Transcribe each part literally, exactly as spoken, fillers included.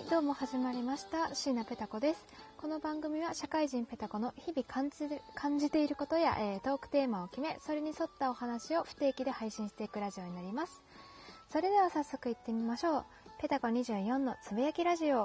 はいどうも始まりました椎名ペタ子です。この番組は社会人ペタ子の日々感じる感じていることや、えー、トークテーマを決めそれに沿ったお話を不定期で配信していくラジオになります。それでは早速行ってみましょう。ペタ子にじゅうよんのつぶやきラジオ。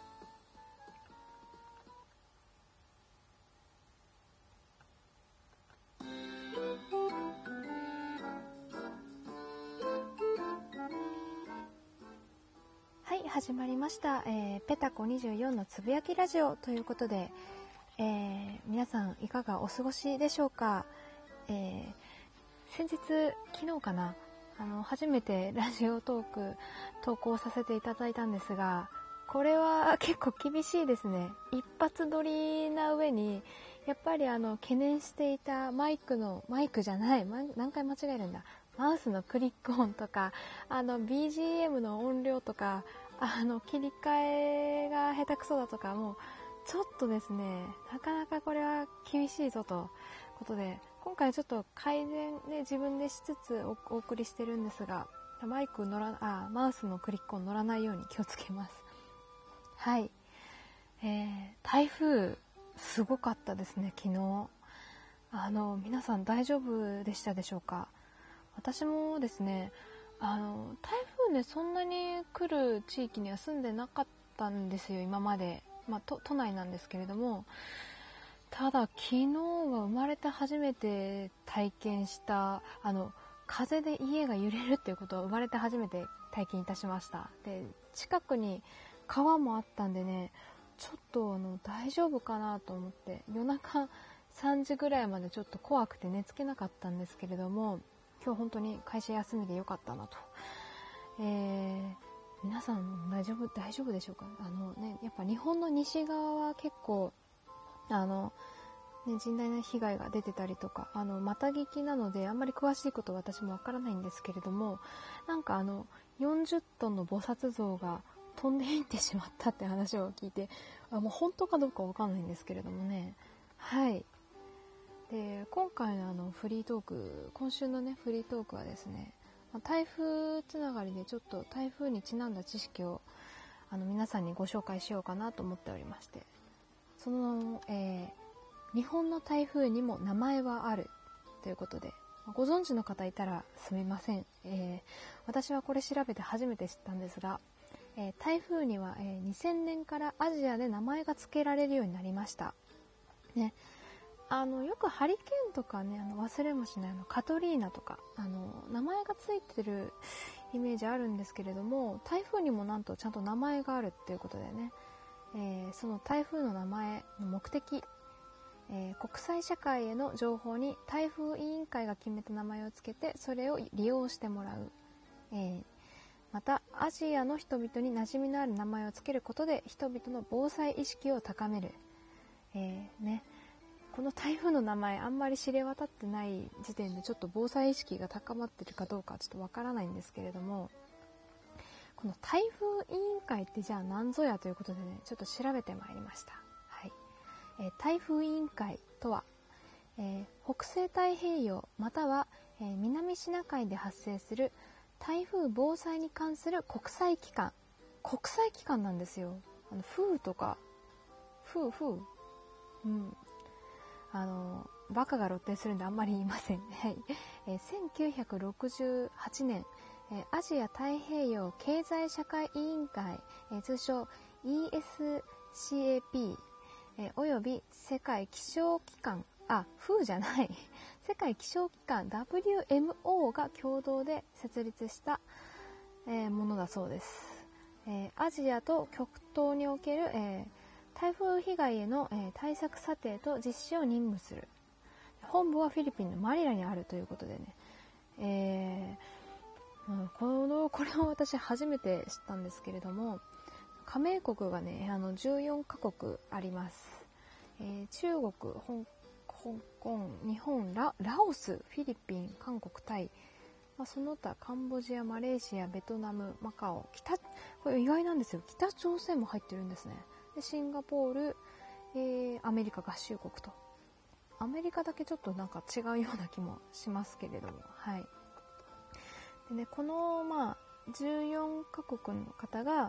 はい始まりました、えー、ペタコにじゅうよんのつぶやきラジオということで、えー、皆さんいかがお過ごしでしょうか。えー、先日昨日かなあの初めてラジオトーク投稿させていただいたんですが、これは結構厳しいですね。一発撮りな上にやっぱりあの懸念していたマイクのマイクじゃない何回間違えるんだマウスのクリック音とかあの ビージーエム の音量とかあの切り替えが下手くそだとか、もうちょっとですねなかなかこれは厳しいぞということで、今回ちょっと改善で自分でしつつ お, お送りしてるんですが、マイク乗らあマウスのクリック音乗らないように気をつけます。はい、えー、台風すごかったですね昨日。あの皆さん大丈夫でしたでしょうか。私もですねあの台風ねそんなに来る地域には住んでなかったんですよ今まで、まあ、都, 都内なんですけれども、ただ昨日は生まれて初めて体験したあの風で家が揺れるっていうことを生まれて初めて体験いたしました。で近くに川もあったんでね、ちょっとあの大丈夫かなと思って夜中さんじぐらいまでちょっと怖くて寝つけなかったんですけれども、今日本当に会社休みでよかったなと。えー、皆さん大丈夫大丈夫でしょうか。あのねやっぱ日本の西側は結構あの、ね、甚大な被害が出てたりとか、あのまた聞きなのであんまり詳しいことは私もわからないんですけれども、なんかあのよんじゅっトンの菩薩像が飛んでいってしまったって話を聞いて、あもう本当かどうかわかんないんですけれどもね。はい。で今回のあのフリートーク、今週のねフリートークはですね、台風つながりでちょっと台風にちなんだ知識をあの皆さんにご紹介しようかなと思っておりまして、その、えー、日本の台風にも名前はあるということで、ご存知の方いたらすみません、えー、私はこれ調べて初めて知ったんですが、えー、台風には、えー、にせんねんからアジアで名前が付けられるようになりました、ね。あのよくハリケーンとかね、あの忘れもしないあのカトリーナとかあの名前がついてるイメージあるんですけれども、台風にもなんとちゃんと名前があるっていうことでね、えー、その台風の名前の目的、えー、国際社会への情報に台風委員会が決めた名前をつけてそれを利用してもらう、えー、またアジアの人々に馴染みのある名前をつけることで人々の防災意識を高める、えーね、この台風の名前あんまり知れ渡ってない時点でちょっと防災意識が高まってるかどうかちょっとわからないんですけれども、この台風委員会ってじゃあ何ぞやということでね、ちょっと調べてまいりました。はい。えー、台風委員会とは、えー、北西太平洋または、えー、南シナ海で発生する台風防災に関する国際機関、国際機関なんですよ。あの風とか風風うんあのバカが露呈するんであんまり言いません。はい。えー、せんきゅうひゃくろくじゅうはちねん、えー、アジア太平洋経済社会委員会、えー、通称 イーエスシーエーピー、えー、および世界気象機関、あ、風じゃない世界気象機関 ダブリューエムオー が共同で設立した、えー、ものだそうです。えー、アジアと極東における、えー台風被害への、えー、対策査定と実施を任務する。本部はフィリピンのマニラにあるということでね、えー、このこれを私初めて知ったんですけれども、加盟国がねあのじゅうよんカ国あります。えー、中国、香港、日本、ラ、ラオス、フィリピン、韓国、タイ、まあ、その他カンボジア、マレーシア、ベトナム、マカオ、北、これ意外なんですよ。北朝鮮も入ってるんですね。でシンガポール、えー、アメリカ合衆国と、アメリカだけちょっとなんか違うような気もしますけれども、はい。でね、このまあじゅうよんカ国の方が、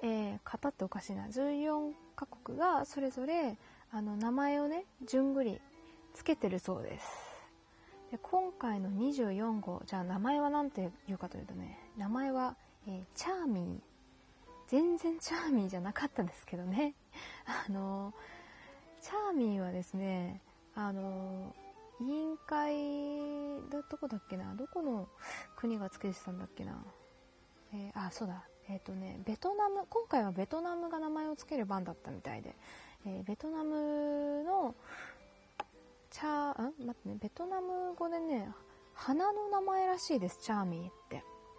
えー、方っておかしいな、じゅうよんカ国がそれぞれあの名前をね順繰りつけてるそうです。で今回のにじゅうよん号、じゃあ名前は何て言うかというとね、名前は、えー、チャーミー。全然チャーミーじゃなかったんですけどねあのチャーミーはですね、あの委員会どこだっけな、どこの国がつけてたんだっけな、えー、あそうだえっとねベトナム、今回はベトナムが名前をつける番だったみたいで、えー、ベトナムのチャーん待ってねベトナム語でね花の名前らしいです、チャーミーって。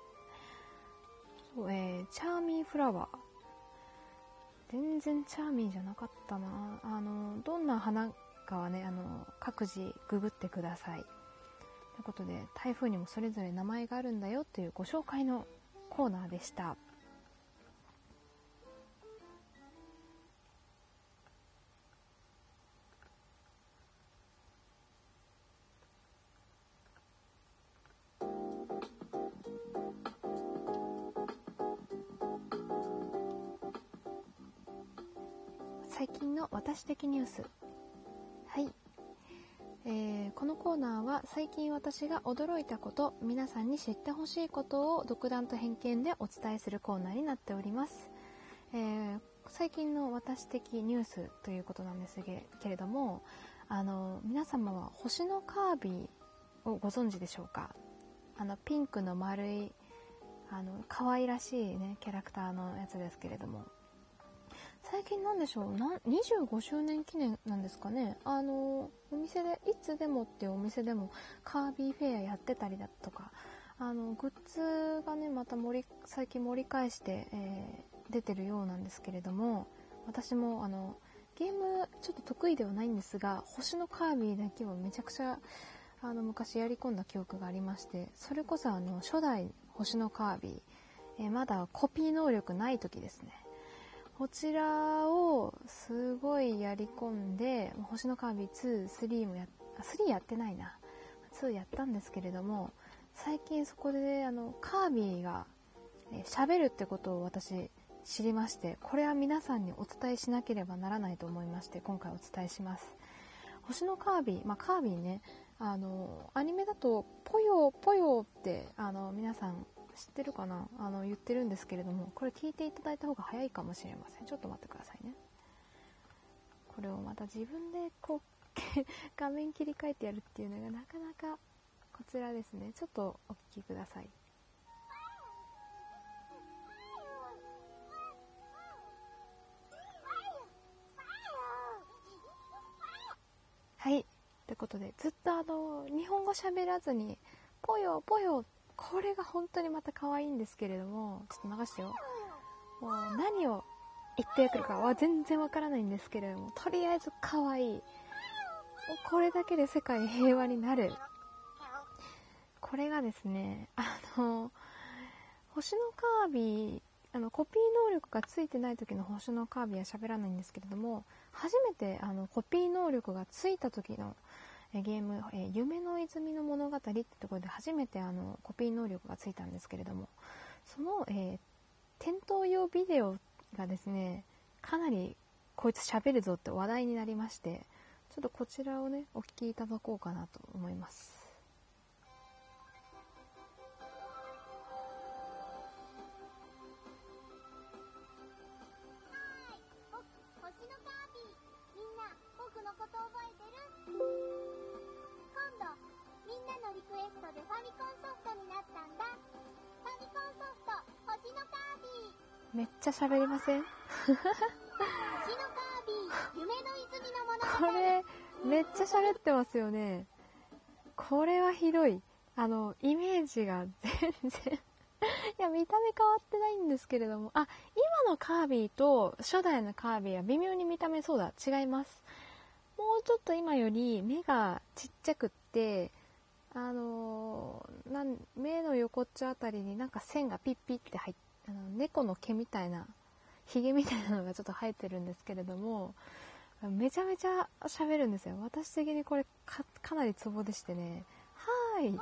そう、えー、チャーミーフラワー。全然チャーミーじゃなかったな。あのどんな花かはね、あの各自ググってください。ということで、台風にもそれぞれ名前があるんだよというご紹介のコーナーでした。最近の私的ニュース。はい、えー、このコーナーは最近私が驚いたこと、皆さんに知ってほしいことを独断と偏見でお伝えするコーナーになっております。えー、最近の私的ニュースということなんですけれども、あの皆様は星のカービィをご存知でしょうか。あのピンクの丸いあの可愛らしいねキャラクターのやつですけれども、最近なんでしょう、なにじゅうごしゅうねん記念なんですかね、あのお店でいつでもっていうお店でもカービィフェアやってたりだとか、あのグッズがねまた盛り最近盛り返して、えー、出てるようなんですけれども、私もあのゲームちょっと得意ではないんですが、星のカービィだけはめちゃくちゃあの昔やり込んだ記憶がありまして、それこそあの初代星のカービィ、えー、まだコピー能力ない時ですね、こちらをすごいやり込んで、星のカービィツー、スリーもやスリーやってないな、ツーやったんですけれども、最近そこであのカービィが喋、えー、るってことを私知りまして、これは皆さんにお伝えしなければならないと思いまして、今回お伝えします。星のカービィ、まあ、カービィね、あのアニメだとポヨポヨってあの皆さん知ってるかな、あの言ってるんですけれども、これ聞いていただいた方が早いかもしれません。ちょっと待ってくださいね。これをまた自分でこう画面切り替えてやるっていうのがなかなか、こちらですね、ちょっとお聞きください。はい、ということで、ずっとあの日本語喋らずにポヨポヨ、これが本当にまた可愛いんですけれども、ちょっと流してよ。もう何を言ってくるかは全然わからないんですけれども、とりあえず可愛い。もうこれだけで世界平和になる。これがですね、あの星のカービィ、あのコピー能力がついてない時の星のカービィは喋らないんですけれども、初めてあのコピー能力がついた時のえゲーム、え夢の泉の物語ってところで初めてあのコピー能力がついたんですけれども、その、えー、店頭用ビデオがですね、かなりこいつ喋るぞって話題になりまして、ちょっとこちらをねお聞きいただこうかなと思います。 リクエストでファミコンソフトになったんだ。ファミコンソフト星のカービィ。 めっちゃ喋りません星のカービィ夢の泉の物語。 これめっちゃ喋ってますよね。これはひどい。あのイメージが全然いや見た目変わってないんですけれども、あ、今のカービィと初代のカービィは微妙に見た目そうだ違います。もうちょっと今より目がちっちゃくって、あのー、なん目の横っちょあたりになんか線がピッピッって入っあの猫の毛みたいなひげみたいなのがちょっと生えてるんですけれども、めちゃめちゃ喋るんですよ。私的にこれ か, かなりツボでしてね、はーい、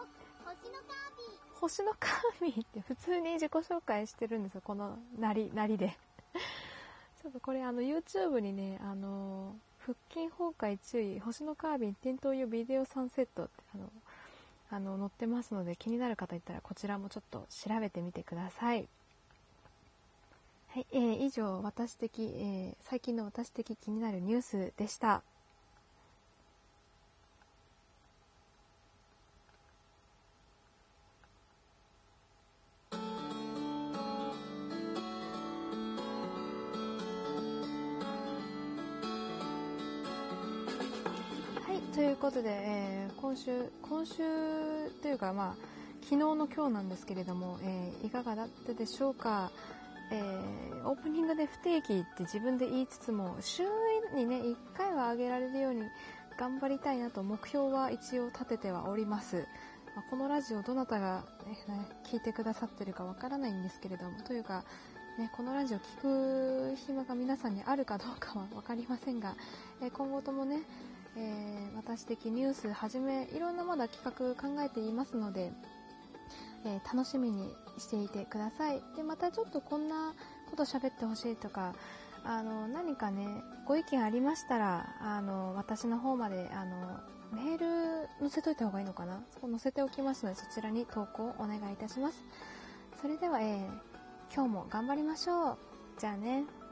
星のカービィって普通に自己紹介してるんですよ、このなりなりでちょっとこれあの YouTube にね、あの腹筋崩壊注意、星のカービン点灯用ビデオさんセットってあのあの載ってますので、気になる方いたらこちらもちょっと調べてみてください。はい、えー、以上私的、えー、最近の私的気になるニュースでした。ということで、えー、今週今週というか、まあ昨日の今日なんですけれども、えー、いかがだったでしょうか。えー、オープニングで不定期って自分で言いつつも、週にねいっかいは上げられるように頑張りたいなと目標は一応立ててはおります。まあ、このラジオどなたが、ね、聞いてくださってるかわからないんですけれども、というか、ね、このラジオ聞く暇が皆さんにあるかどうかは分かりませんが、えー、今後ともね、えー、私的ニュースはじめいろんなまだ企画考えていますので、えー、楽しみにしていてください。でまたちょっとこんなこと喋ってほしいとか、あの何かねご意見ありましたら、あの私の方まであのメール載せといた方がいいのかな、そこ載せておきますので、そちらに投稿お願いいたします。それでは、えー、今日も頑張りましょう。じゃあね。